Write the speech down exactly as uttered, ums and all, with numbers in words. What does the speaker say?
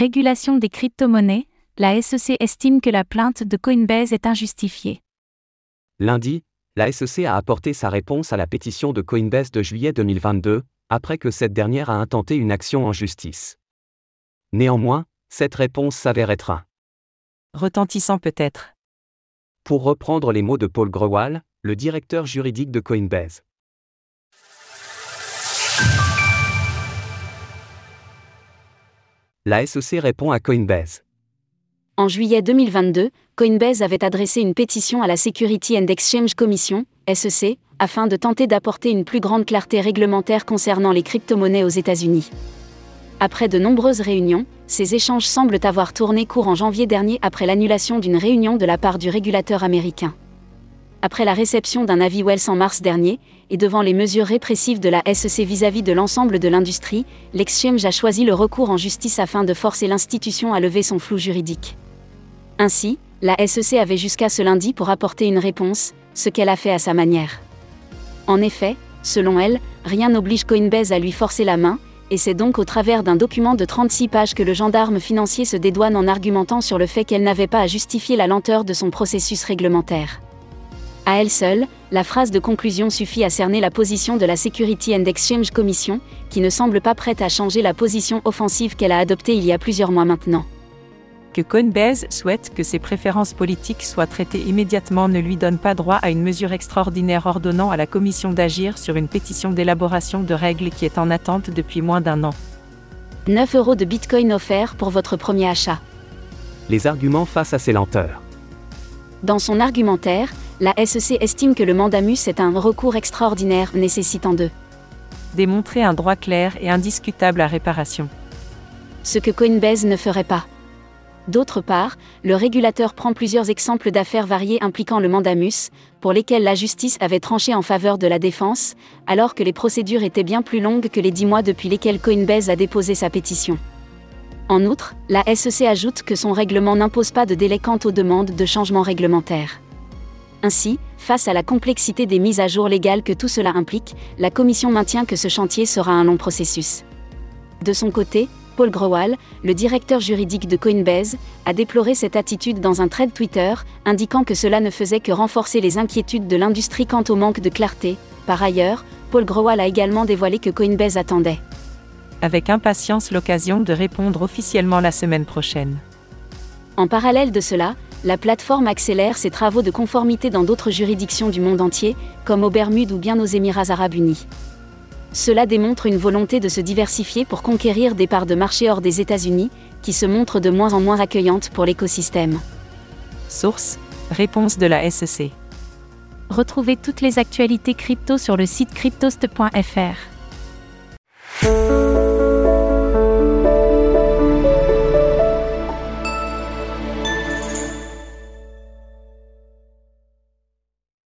Régulation des crypto-monnaies, la S E C estime que la plainte de Coinbase est injustifiée. Lundi, la S E C a apporté sa réponse à la pétition de Coinbase de juillet deux mille vingt-deux, après que cette dernière a intenté une action en justice. Néanmoins, cette réponse s'avère être un retentissant peut-être. Pour reprendre les mots de Paul Grewal, le directeur juridique de Coinbase. La S E C répond à Coinbase. En juillet deux mille vingt-deux, Coinbase avait adressé une pétition à la Security and Exchange Commission, S E C, afin de tenter d'apporter une plus grande clarté réglementaire concernant les crypto-monnaies aux États-Unis. Après de nombreuses réunions, ces échanges semblent avoir tourné court en janvier dernier après l'annulation d'une réunion de la part du régulateur américain. Après la réception d'un avis Wells en mars dernier, et devant les mesures répressives de la S E C vis-à-vis de l'ensemble de l'industrie, l'exchange a choisi le recours en justice afin de forcer l'institution à lever son flou juridique. Ainsi, la S E C avait jusqu'à ce lundi pour apporter une réponse, ce qu'elle a fait à sa manière. En effet, selon elle, rien n'oblige Coinbase à lui forcer la main, et c'est donc au travers d'un document de trente-six pages que le gendarme financier se dédouane en argumentant sur le fait qu'elle n'avait pas à justifier la lenteur de son processus réglementaire. À elle seule, la phrase de conclusion suffit à cerner la position de la Security and Exchange Commission, qui ne semble pas prête à changer la position offensive qu'elle a adoptée il y a plusieurs mois maintenant. Que Coinbase souhaite que ses préférences politiques soient traitées immédiatement ne lui donne pas droit à une mesure extraordinaire ordonnant à la Commission d'agir sur une pétition d'élaboration de règles qui est en attente depuis moins d'un an. neuf euros de Bitcoin offerts pour votre premier achat. Les arguments face à ces lenteurs. Dans son argumentaire, la S E C estime que le mandamus est un recours extraordinaire nécessitant de démontrer un droit clair et indiscutable à réparation. Ce que Coinbase ne ferait pas. D'autre part, le régulateur prend plusieurs exemples d'affaires variées impliquant le mandamus, pour lesquelles la justice avait tranché en faveur de la défense, alors que les procédures étaient bien plus longues que les dix mois depuis lesquels Coinbase a déposé sa pétition. En outre, la S E C ajoute que son règlement n'impose pas de délai quant aux demandes de changement réglementaire. Ainsi, face à la complexité des mises à jour légales que tout cela implique, la Commission maintient que ce chantier sera un long processus. De son côté, Paul Grewal, le directeur juridique de Coinbase, a déploré cette attitude dans un thread Twitter, indiquant que cela ne faisait que renforcer les inquiétudes de l'industrie quant au manque de clarté. Par ailleurs, Paul Grewal a également dévoilé que Coinbase attendait avec impatience l'occasion de répondre officiellement la semaine prochaine. En parallèle de cela, la plateforme accélère ses travaux de conformité dans d'autres juridictions du monde entier, comme aux Bermudes ou bien aux Émirats arabes unis. Cela démontre une volonté de se diversifier pour conquérir des parts de marché hors des États-Unis, qui se montrent de moins en moins accueillantes pour l'écosystème. Source : réponse de la S E C. Retrouvez toutes les actualités crypto sur le site cryptost point f r.